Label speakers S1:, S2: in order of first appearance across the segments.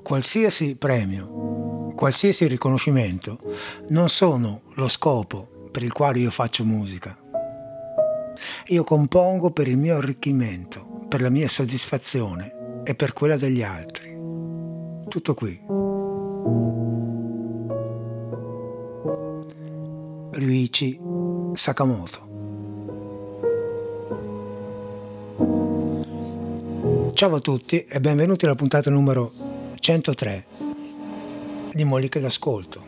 S1: Qualsiasi premio, qualsiasi riconoscimento non sono lo scopo per il quale io faccio musica. Io compongo per il mio arricchimento, per la mia soddisfazione e per quella degli altri. Tutto qui. Ryuichi Sakamoto. Ciao a tutti e benvenuti alla puntata numero 103 di Moliche d'Ascolto.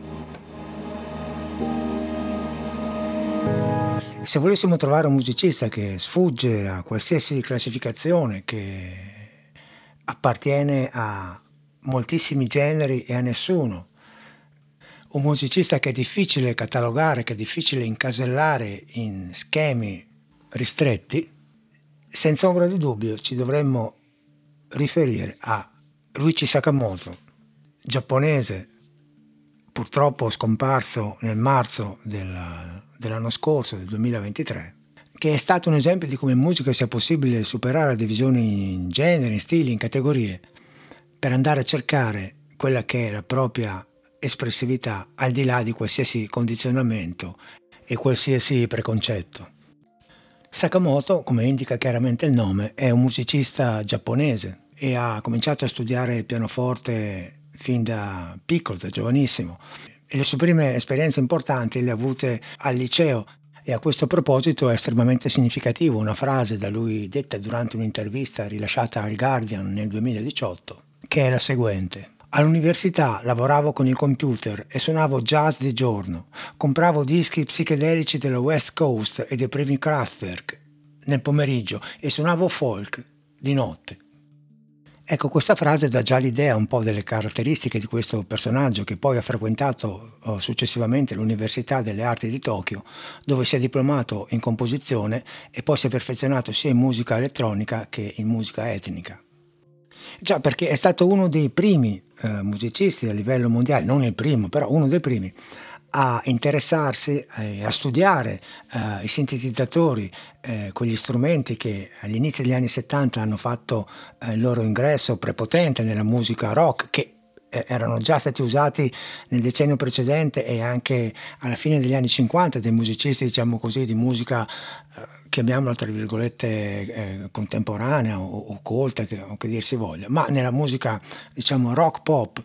S1: Se volessimo trovare un musicista che sfugge a qualsiasi classificazione, che appartiene a moltissimi generi e a nessuno, un musicista che è difficile catalogare, che è difficile incasellare in schemi ristretti, senza ombra di dubbio ci dovremmo riferire a Ryuichi Sakamoto, giapponese, purtroppo scomparso nel marzo dell'anno scorso, del 2023, che è stato un esempio di come in musica sia possibile superare la divisione in generi, in stili, in categorie, per andare a cercare quella che è la propria espressività al di là di qualsiasi condizionamento e qualsiasi preconcetto. Sakamoto, come indica chiaramente il nome, è un musicista giapponese e ha cominciato a studiare pianoforte fin da piccolo, da giovanissimo, e le sue prime esperienze importanti le ha avute al liceo. E a questo proposito è estremamente significativo una frase da lui detta durante un'intervista rilasciata al Guardian nel 2018, che è la seguente: all'università lavoravo con il computer e suonavo jazz di giorno, compravo dischi psichedelici della West Coast e dei primi Kraftwerk nel pomeriggio e suonavo folk di notte. Ecco, questa frase dà già l'idea un po' delle caratteristiche di questo personaggio, che poi ha frequentato successivamente l'Università delle Arti di Tokyo, dove si è diplomato in composizione e poi si è perfezionato sia in musica elettronica che in musica etnica. Già, perché è stato uno dei primi musicisti a livello mondiale, non il primo, però uno dei primi, a interessarsi e a studiare i sintetizzatori, quegli strumenti che agli inizi degli anni 70 hanno fatto il loro ingresso prepotente nella musica rock, che erano già stati usati nel decennio precedente e anche alla fine degli anni 50 dai musicisti, diciamo così, di musica, chiamiamola tra virgolette contemporanea o colta, o che dir si voglia, ma nella musica, diciamo, rock pop.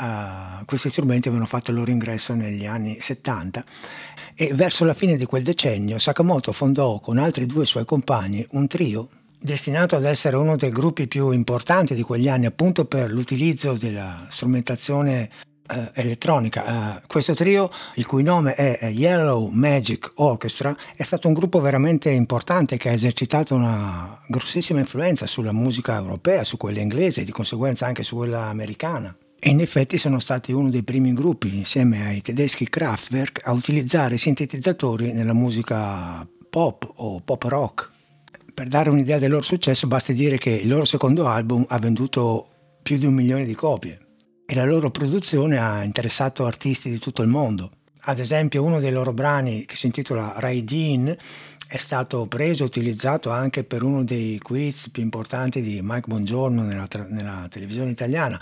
S1: Questi strumenti avevano fatto il loro ingresso negli anni 70 e verso la fine di quel decennio Sakamoto fondò con altri due suoi compagni un trio destinato ad essere uno dei gruppi più importanti di quegli anni, appunto per l'utilizzo della strumentazione elettronica. Questo trio, il cui nome è Yellow Magic Orchestra, è stato un gruppo veramente importante che ha esercitato una grossissima influenza sulla musica europea, su quella inglese e di conseguenza anche su quella americana. E in effetti sono stati uno dei primi gruppi, insieme ai tedeschi Kraftwerk, a utilizzare i sintetizzatori nella musica pop o pop rock. Per dare un'idea del loro successo basti dire che il loro secondo album ha venduto più di 1 milione di copie e la loro produzione ha interessato artisti di tutto il mondo. Ad esempio, uno dei loro brani, che si intitola Raidin, è stato preso e utilizzato anche per uno dei quiz più importanti di Mike Bongiorno nella televisione italiana,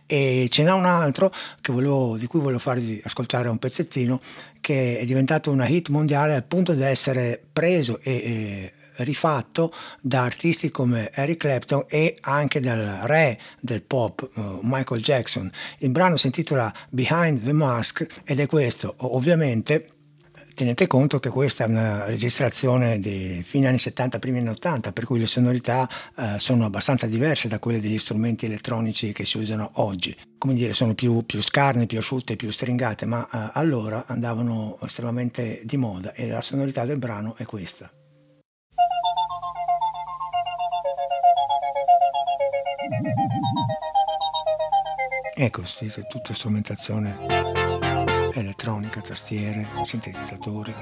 S1: e ce n'è un altro di cui volevo farvi ascoltare un pezzettino, che è diventato una hit mondiale al punto di essere preso e rifatto da artisti come Eric Clapton e anche dal re del pop Michael Jackson. Il brano si intitola Behind the Mask ed è questo. Ovviamente tenete conto che questa è una registrazione di fine anni 70, primi anni 80, per cui le sonorità sono abbastanza diverse da quelle degli strumenti elettronici che si usano oggi. Come dire, sono più scarne, più asciutte, più stringate, ma allora andavano estremamente di moda e la sonorità del brano è questa. Ecco, sì, tutta strumentazione elettronica, tastiere, sintetizzatori.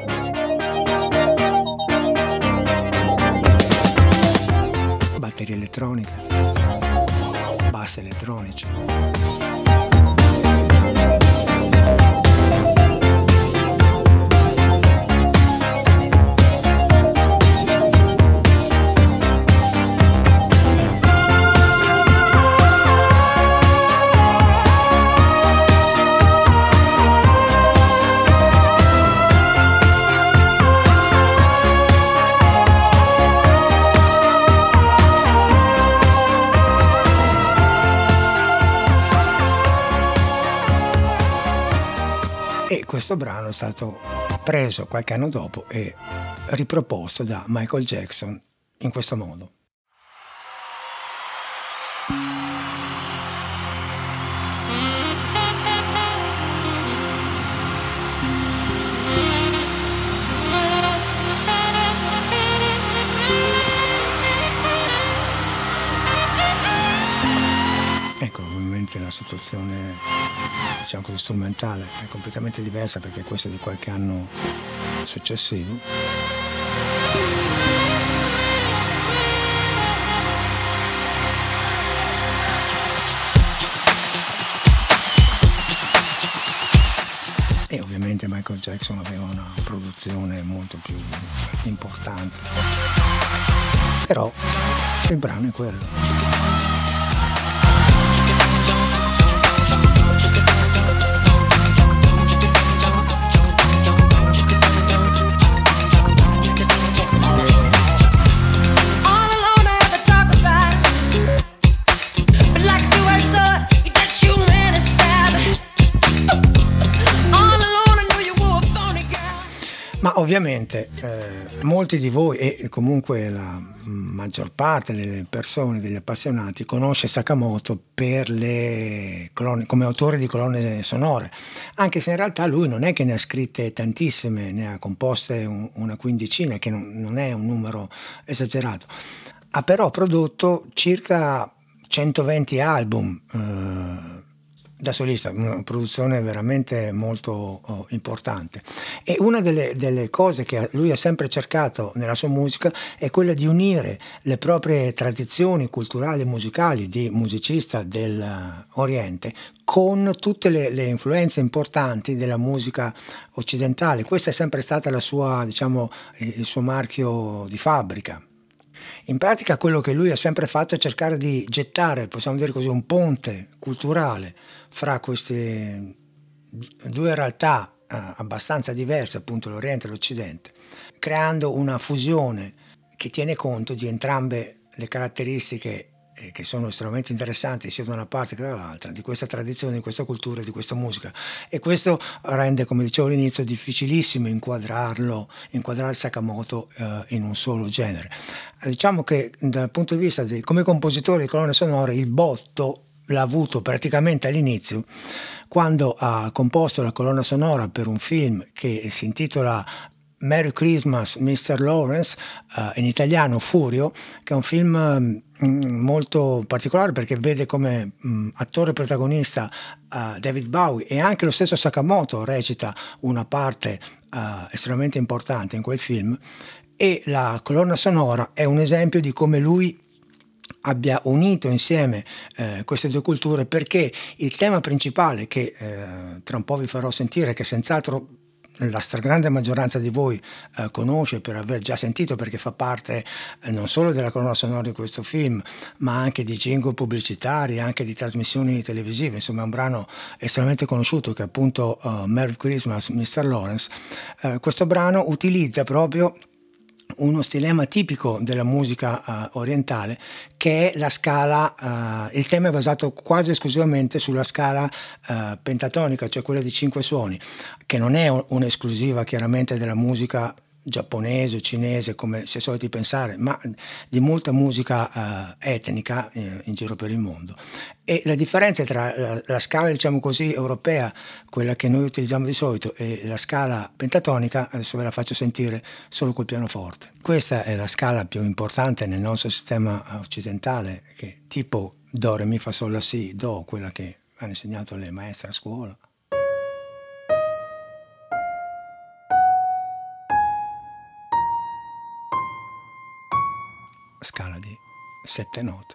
S1: Batterie elettroniche, bassi elettronici. questo brano è stato preso qualche anno dopo e riproposto da Michael Jackson in questo modo. Ecco, ovviamente la situazione, diciamo così, strumentale è completamente diversa perché questo è di qualche anno successivo. E ovviamente Michael Jackson aveva una produzione molto più importante. Però il brano è quello. Ma ovviamente molti di voi e comunque la maggior parte delle persone, degli appassionati, conosce Sakamoto per le colonne, come autore di colonne sonore, anche se in realtà lui non è che ne ha scritte tantissime, ne ha composte una quindicina, che non è un numero esagerato. Ha però prodotto circa 120 album da solista, una produzione veramente molto importante. E una delle cose che lui ha sempre cercato nella sua musica è quella di unire le proprie tradizioni culturali e musicali di musicista dell'Oriente con tutte le influenze importanti della musica occidentale. Questa è sempre stata la sua, diciamo, il suo marchio di fabbrica. In pratica quello che lui ha sempre fatto è cercare di gettare, possiamo dire così, un ponte culturale fra queste due realtà abbastanza diverse, appunto l'Oriente e l'Occidente, creando una fusione che tiene conto di entrambe le caratteristiche che sono estremamente interessanti sia da una parte che dall'altra, di questa tradizione, di questa cultura, di questa musica. E questo rende, come dicevo all'inizio, difficilissimo inquadrare Sakamoto in un solo genere. Diciamo che dal punto di vista come compositore di colonne sonore il botto l'ha avuto praticamente all'inizio, quando ha composto la colonna sonora per un film che si intitola Merry Christmas Mr. Lawrence, in italiano Furio, che è un film molto particolare perché vede come attore protagonista David Bowie, e anche lo stesso Sakamoto recita una parte estremamente importante in quel film, e la colonna sonora è un esempio di come lui abbia unito insieme queste due culture, perché il tema principale che tra un po' vi farò sentire, che senz'altro la stragrande maggioranza di voi conosce per aver già sentito, perché fa parte non solo della colonna sonora di questo film, ma anche di jingle pubblicitari, anche di trasmissioni televisive. Insomma è un brano estremamente conosciuto, che è appunto Merry Christmas Mr. Lawrence. Questo brano utilizza proprio uno stilema tipico della musica orientale, che è la scala, il tema è basato quasi esclusivamente sulla scala pentatonica, cioè quella di 5 suoni, che non è un'esclusiva chiaramente della musica giapponese o cinese come si è soliti pensare, ma di molta musica etnica in giro per il mondo. E la differenza tra la scala, diciamo così, europea, quella che noi utilizziamo di solito, e la scala pentatonica, adesso ve la faccio sentire solo col pianoforte. Questa è la scala più importante nel nostro sistema occidentale, che tipo Do, Re, Mi, Fa, Sol, La, Si, Do, quella che hanno insegnato le maestre a scuola. Scala di 7 note.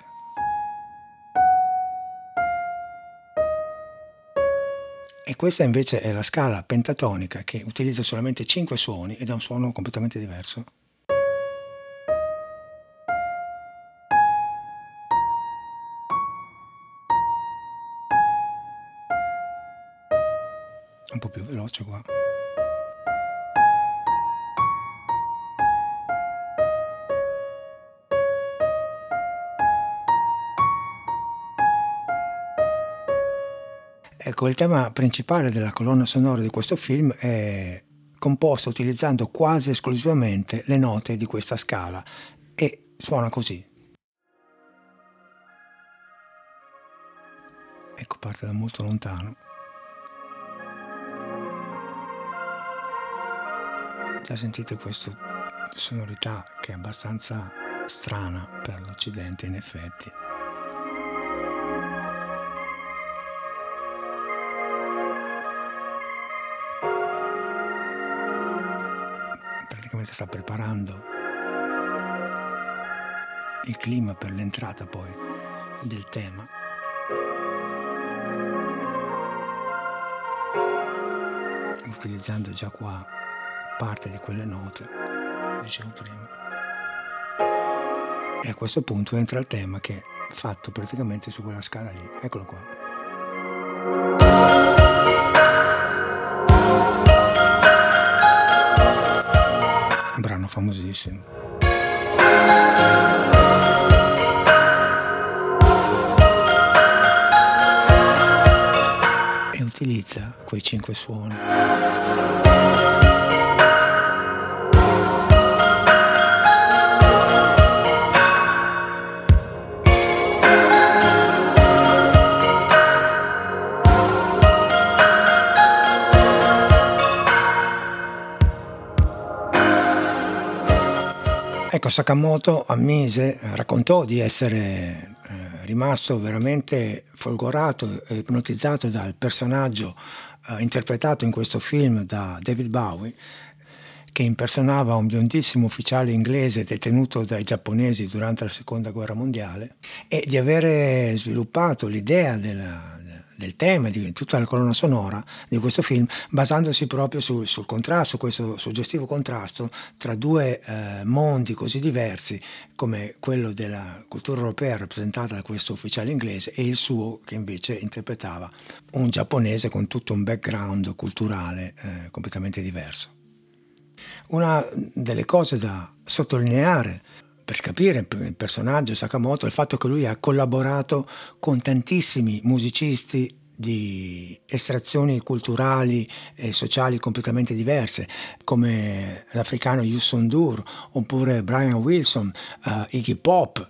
S1: E questa invece è la scala pentatonica, che utilizza solamente 5 suoni ed ha un suono completamente diverso. Un po' più veloce qua. Ecco, il tema principale della colonna sonora di questo film è composto utilizzando quasi esclusivamente le note di questa scala e suona così. Ecco, parte da molto lontano. Già sentite questa sonorità che è abbastanza strana per l'Occidente, in effetti. Praticamente sta preparando il clima per l'entrata poi del tema. Utilizzando già qua parte di quelle note, dicevo prima. E a questo punto entra il tema che è fatto praticamente su quella scala lì. Eccolo qua. Un brano famosissimo. E utilizza quei 5 suoni. Ecco, Sakamoto raccontò di essere rimasto veramente folgorato e ipnotizzato dal personaggio interpretato in questo film da David Bowie, che impersonava un biondissimo ufficiale inglese detenuto dai giapponesi durante la seconda guerra mondiale, e di avere sviluppato l'idea del tema, di tutta la colonna sonora di questo film, basandosi proprio sul contrasto, questo suggestivo contrasto tra due mondi così diversi come quello della cultura europea rappresentata da questo ufficiale inglese e il suo che invece interpretava un giapponese con tutto un background culturale completamente diverso. Una delle cose da sottolineare per capire il personaggio Sakamoto è il fatto che lui ha collaborato con tantissimi musicisti di estrazioni culturali e sociali completamente diverse, come l'africano Youssou N'Dour, oppure Brian Wilson, Iggy Pop,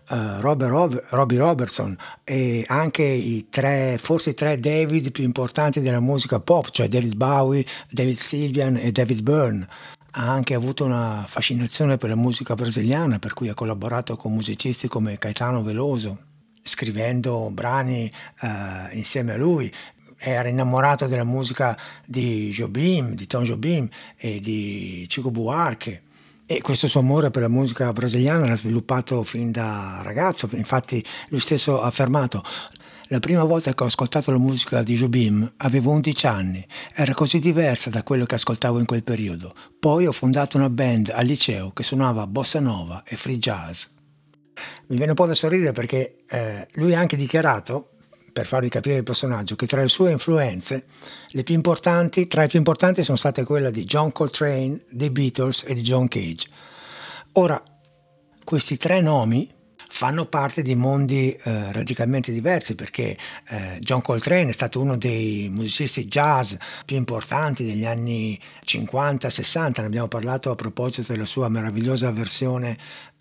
S1: Robbie Robertson, e anche forse i tre David più importanti della musica pop, cioè David Bowie, David Sylvian e David Byrne. Ha anche avuto una fascinazione per la musica brasiliana, per cui ha collaborato con musicisti come Caetano Veloso, scrivendo brani insieme a lui. Era innamorato della musica di Jobim, di Tom Jobim e di Chico Buarque. E questo suo amore per la musica brasiliana l'ha sviluppato fin da ragazzo. Infatti lui stesso ha affermato: la prima volta che ho ascoltato la musica di Jobim avevo 11 anni, era così diversa da quello che ascoltavo in quel periodo. Poi ho fondato una band al liceo che suonava bossa nova e free jazz. Mi viene un po' da sorridere perché lui ha anche dichiarato, per farvi capire il personaggio, che tra le sue influenze tra le più importanti sono state quelle di John Coltrane, dei Beatles e di John Cage. Ora, questi tre nomi fanno parte di mondi radicalmente diversi, perché John Coltrane è stato uno dei musicisti jazz più importanti degli anni 50-60, ne abbiamo parlato a proposito della sua meravigliosa versione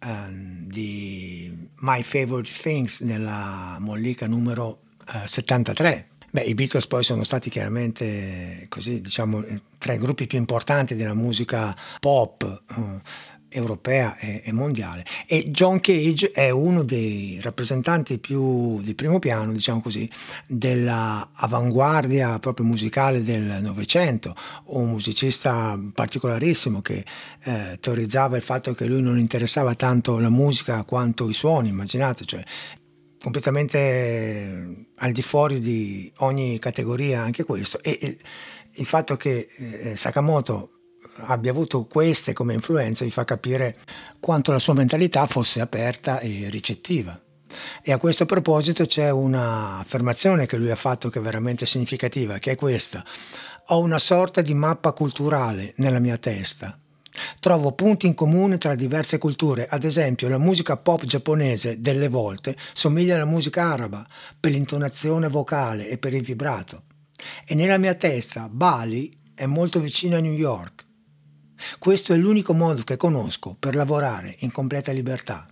S1: di My Favorite Things nella mollica numero 73. I Beatles poi sono stati chiaramente così, diciamo, tra i gruppi più importanti della musica pop europea e mondiale, e John Cage è uno dei rappresentanti più di primo piano, diciamo così, della avanguardia proprio musicale del Novecento, un musicista particolarissimo che teorizzava il fatto che lui non interessava tanto la musica quanto i suoni, immaginate, cioè completamente al di fuori di ogni categoria anche questo, e il fatto che Sakamoto abbia avuto queste come influenze vi fa capire quanto la sua mentalità fosse aperta e ricettiva. E a questo proposito c'è una affermazione che lui ha fatto che è veramente significativa, che è questa: ho una sorta di mappa culturale nella mia testa, Trovo punti in comune tra diverse culture, ad esempio la musica pop giapponese delle volte somiglia alla musica araba per l'intonazione vocale e per il vibrato. E nella mia testa Bali è molto vicino a New York. Questo è l'unico modo che conosco per lavorare in completa libertà.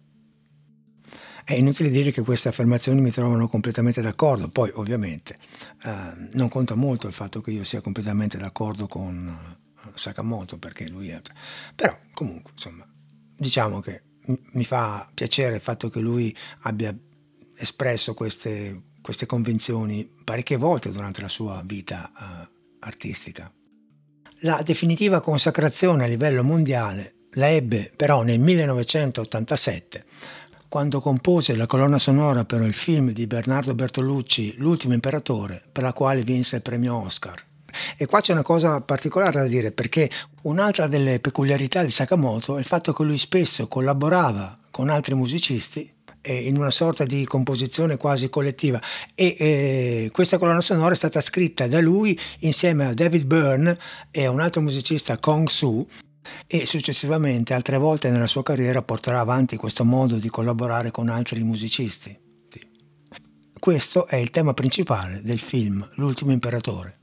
S1: È inutile dire che queste affermazioni mi trovano completamente d'accordo, poi ovviamente non conta molto il fatto che io sia completamente d'accordo con Sakamoto, perché lui è... Però comunque, insomma, diciamo che mi fa piacere il fatto che lui abbia espresso queste convinzioni parecchie volte durante la sua vita artistica. La definitiva consacrazione a livello mondiale la ebbe però nel 1987, quando compose la colonna sonora per il film di Bernardo Bertolucci, L'ultimo imperatore, per la quale vinse il premio Oscar. E qua c'è una cosa particolare da dire, perché un'altra delle peculiarità di Sakamoto è il fatto che lui spesso collaborava con altri musicisti in una sorta di composizione quasi collettiva, e questa colonna sonora è stata scritta da lui insieme a David Byrne e a un altro musicista, Kong Su, e successivamente altre volte nella sua carriera porterà avanti questo modo di collaborare con altri musicisti. Sì. Questo è il tema principale del film L'ultimo imperatore.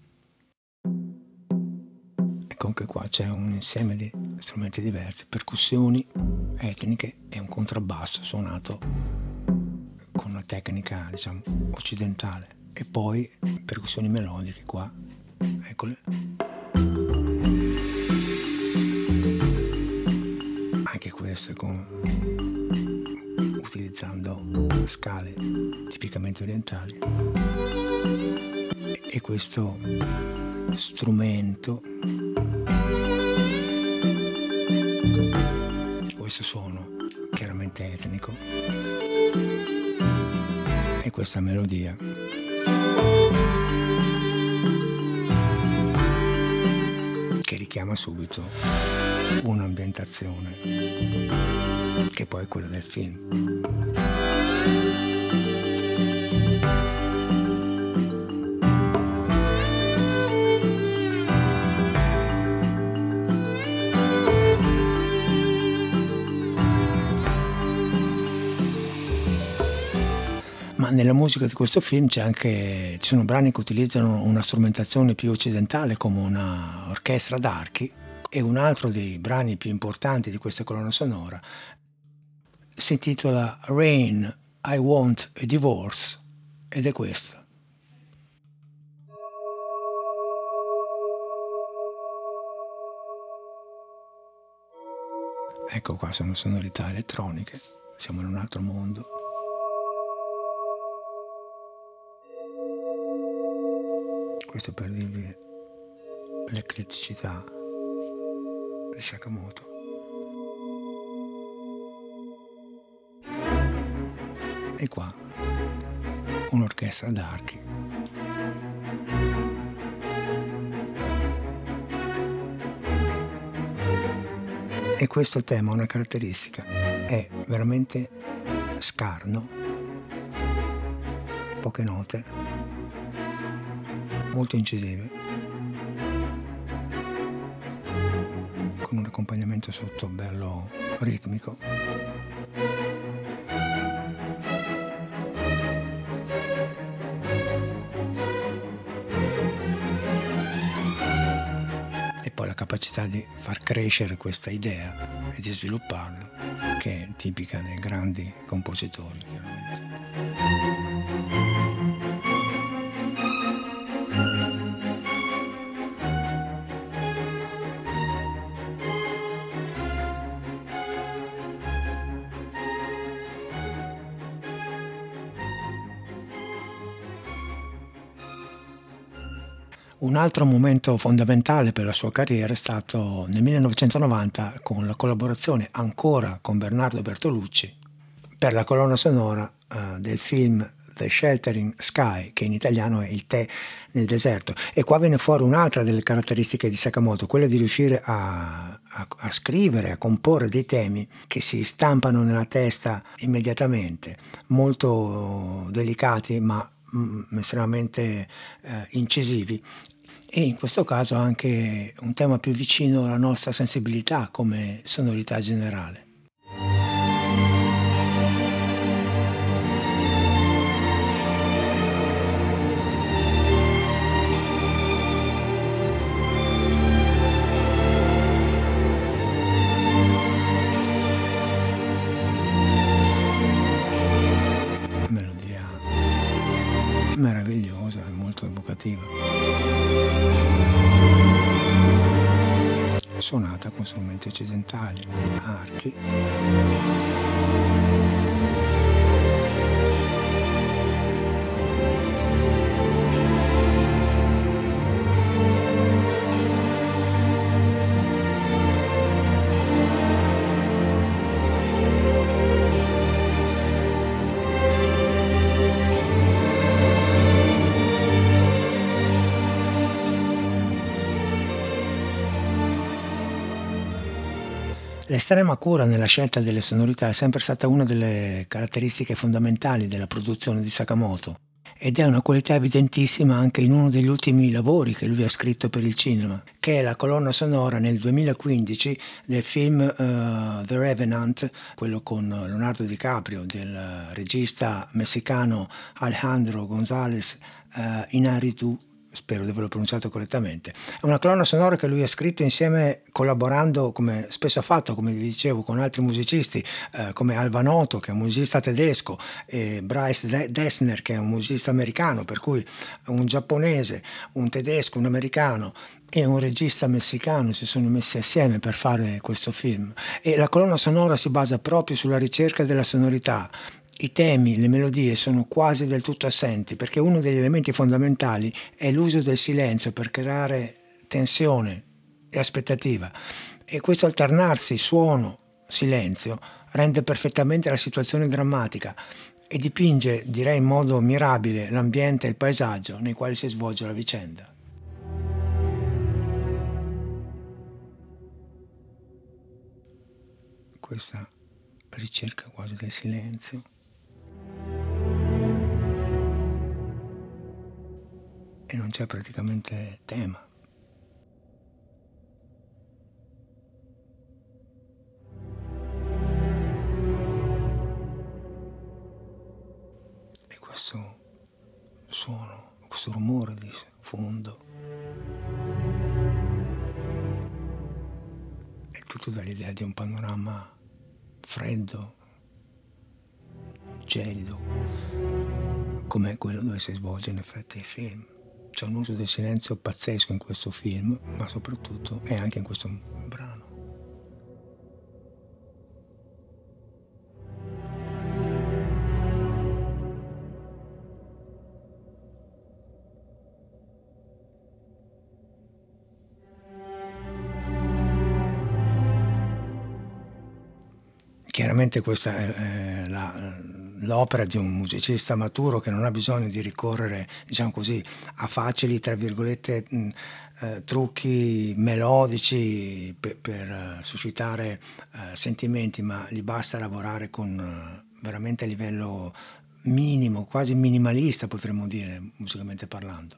S1: Ecco, anche qua c'è un insieme di strumenti diversi, percussioni etniche e un contrabbasso suonato con una tecnica, diciamo, occidentale, e poi percussioni melodiche qua, eccole. Anche queste utilizzando scale tipicamente orientali, e questo strumento, questo suono chiaramente etnico, e questa melodia che richiama subito un'ambientazione che poi è quella del film. Ma nella musica di questo film ci sono brani che utilizzano una strumentazione più occidentale, come una orchestra d'archi, e un altro dei brani più importanti di questa colonna sonora si intitola Rain, I Want a Divorce, ed è questo. Ecco qua, sono sonorità elettroniche, siamo in un altro mondo. Questo per dirvi l'ecletticità di Sakamoto. E qua un'orchestra d'archi. E questo tema ha una caratteristica, è veramente scarno, poche note, molto incisive, con un accompagnamento sotto bello ritmico. E poi la capacità di far crescere questa idea e di svilupparla, che è tipica dei grandi compositori, chiaramente. Un altro momento fondamentale per la sua carriera è stato nel 1990 con la collaborazione ancora con Bernardo Bertolucci per la colonna sonora del film The Sheltering Sky, che in italiano è Il tè nel deserto. E qua viene fuori un'altra delle caratteristiche di Sakamoto, quella di riuscire a scrivere, a comporre dei temi che si stampano nella testa immediatamente, molto delicati ma estremamente incisivi, e in questo caso anche un tema più vicino alla nostra sensibilità come sonorità generale. Melodia meravigliosa e molto evocativa, suonata con strumenti occidentali, archi. L'estrema cura nella scelta delle sonorità è sempre stata una delle caratteristiche fondamentali della produzione di Sakamoto ed è una qualità evidentissima anche in uno degli ultimi lavori che lui ha scritto per il cinema, che è la colonna sonora nel 2015 del film The Revenant, quello con Leonardo DiCaprio, del regista messicano Alejandro González Iñárritu. Spero di averlo pronunciato correttamente. È una colonna sonora che lui ha scritto insieme, collaborando, come spesso ha fatto, come vi dicevo, con altri musicisti, come Alva Noto, che è un musicista tedesco, e Bryce Dessner, che è un musicista americano, per cui un giapponese, un tedesco, un americano e un regista messicano si sono messi assieme per fare questo film. E la colonna sonora si basa proprio sulla ricerca della sonorità. I temi, le melodie sono quasi del tutto assenti, perché uno degli elementi fondamentali è l'uso del silenzio per creare tensione e aspettativa, e questo alternarsi suono-silenzio rende perfettamente la situazione drammatica e dipinge, direi in modo mirabile, l'ambiente e il paesaggio nei quali si svolge la vicenda. Questa ricerca quasi del silenzio. E non c'è praticamente tema. E questo suono, questo rumore di fondo è tutto dall'idea di un panorama freddo, gelido, come quello dove si svolge in effetti il film. C'è un uso del silenzio pazzesco in questo film, ma soprattutto è anche in questo brano. Chiaramente questa è l'opera di un musicista maturo che non ha bisogno di ricorrere, diciamo così, a facili, tra virgolette, trucchi melodici per suscitare sentimenti, ma gli basta lavorare con veramente a livello minimo, quasi minimalista potremmo dire, musicalmente parlando.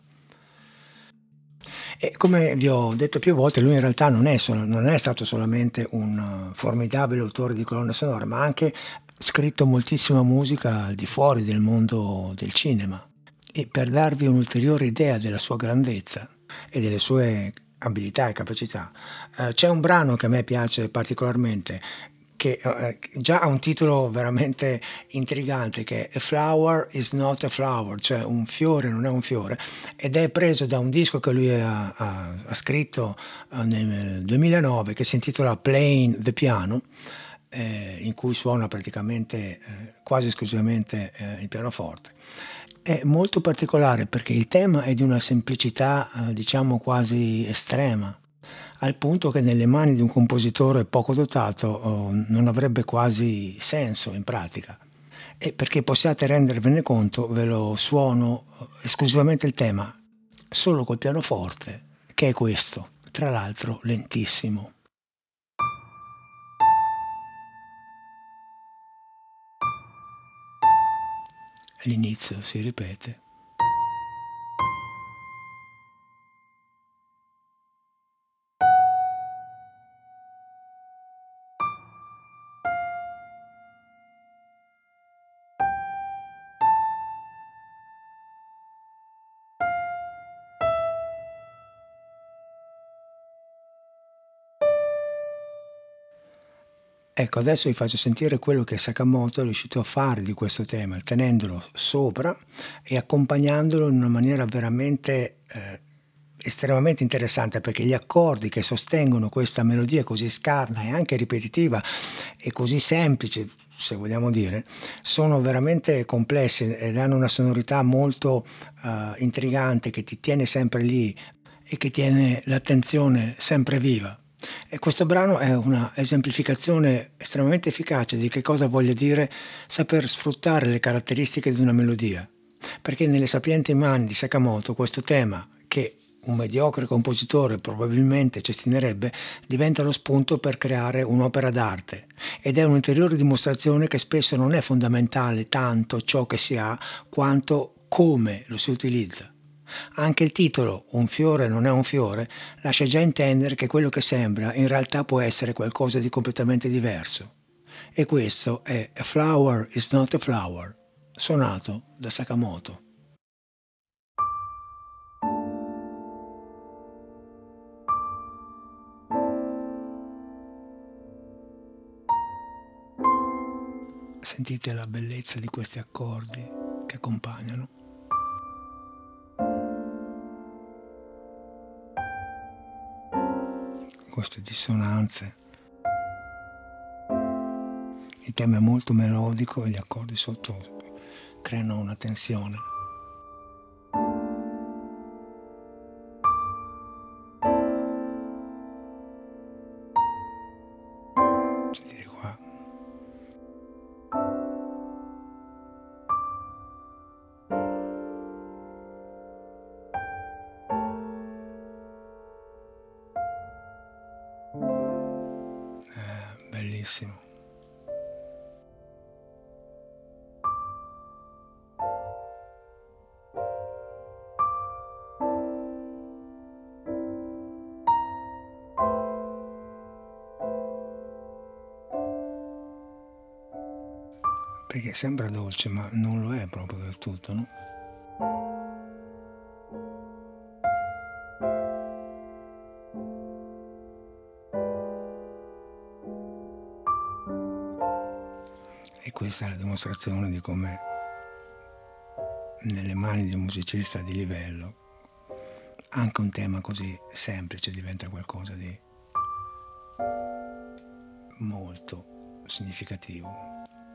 S1: E come vi ho detto più volte, lui in realtà non è stato solamente un formidabile autore di colonne sonore, ma ha anche scritto moltissima musica al di fuori del mondo del cinema. E per darvi un'ulteriore idea della sua grandezza e delle sue abilità e capacità, c'è un brano che a me piace particolarmente, che già ha un titolo veramente intrigante, che è A Flower is not a Flower, cioè un fiore non è un fiore, ed è preso da un disco che lui ha scritto nel 2009, che si intitola Playing the Piano, in cui suona praticamente quasi esclusivamente il pianoforte. È molto particolare perché il tema è di una semplicità diciamo quasi estrema, al punto che nelle mani di un compositore poco dotato non avrebbe quasi senso in pratica. E perché possiate rendervene conto, ve lo suono esclusivamente il tema, solo col pianoforte, che è questo, tra l'altro lentissimo. L'inizio si ripete. Ecco, adesso vi faccio sentire quello che Sakamoto è riuscito a fare di questo tema, tenendolo sopra e accompagnandolo in una maniera veramente estremamente interessante, perché gli accordi che sostengono questa melodia così scarna e anche ripetitiva e così semplice, se vogliamo dire, sono veramente complessi ed hanno una sonorità molto intrigante che ti tiene sempre lì e che tiene l'attenzione sempre viva. E questo brano è una esemplificazione estremamente efficace di che cosa voglia dire saper sfruttare le caratteristiche di una melodia, perché nelle sapienti mani di Sakamoto questo tema, che un mediocre compositore probabilmente cestinerebbe, diventa lo spunto per creare un'opera d'arte, ed è un'ulteriore dimostrazione che spesso non è fondamentale tanto ciò che si ha quanto come lo si utilizza. Anche il titolo "Un fiore non è un fiore" lascia già intendere che quello che sembra in realtà può essere qualcosa di completamente diverso. E questo è A Flower is Not a Flower, suonato da Sakamoto. Sentite la bellezza di questi accordi che accompagnano. Queste dissonanze. Il tema è molto melodico e gli accordi sotto creano una tensione. Sentite qua. Bellissimo. Perché sembra dolce, ma non lo è proprio del tutto, no? E questa è la dimostrazione di come nelle mani di un musicista di livello anche un tema così semplice diventa qualcosa di molto significativo.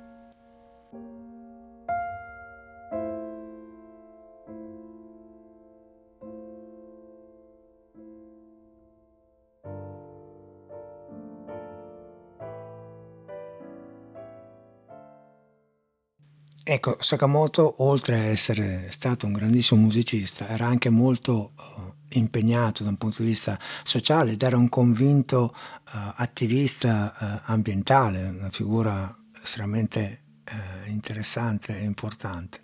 S1: Ecco, Sakamoto, oltre a essere stato un grandissimo musicista, era anche molto impegnato da un punto di vista sociale ed era un convinto attivista ambientale, una figura estremamente interessante e importante.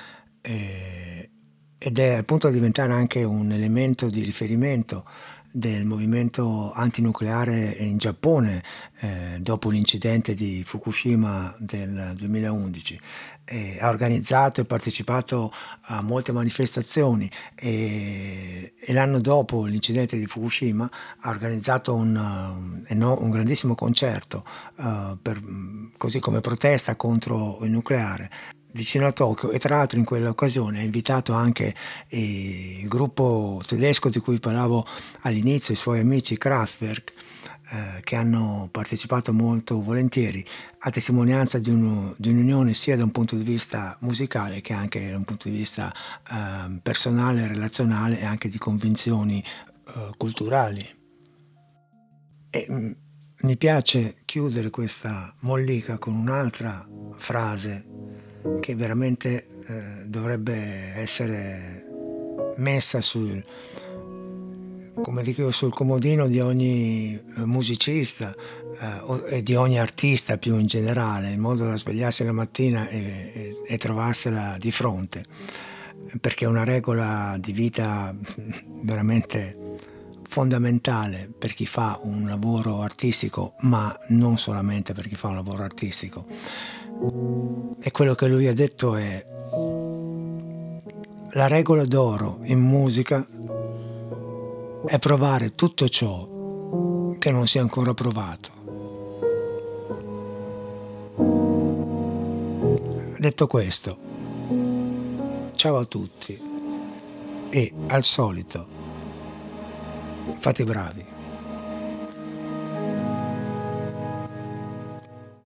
S1: Ed è al punto da diventare anche un elemento di riferimento del movimento antinucleare in Giappone dopo l'incidente di Fukushima del 2011. Ha organizzato e partecipato a molte manifestazioni e l'anno dopo l'incidente di Fukushima ha organizzato un grandissimo concerto così come protesta contro il nucleare vicino a Tokyo, e tra l'altro in quell'occasione ha invitato anche il gruppo tedesco di cui parlavo all'inizio, i suoi amici Kraftwerk, che hanno partecipato molto volentieri, a testimonianza di un'unione sia da un punto di vista musicale che anche da un punto di vista personale, relazionale e anche di convinzioni culturali. E mi piace chiudere questa mollica con un'altra frase che veramente dovrebbe essere messa come dico io, sul comodino di ogni musicista e di ogni artista più in generale, in modo da svegliarsi la mattina e trovarsela di fronte, perché è una regola di vita veramente fondamentale per chi fa un lavoro artistico, ma non solamente per chi fa un lavoro artistico. E quello che lui ha detto è: la regola d'oro in musica è provare tutto ciò che non si è ancora provato. Detto questo, ciao a tutti e al solito fate i bravi.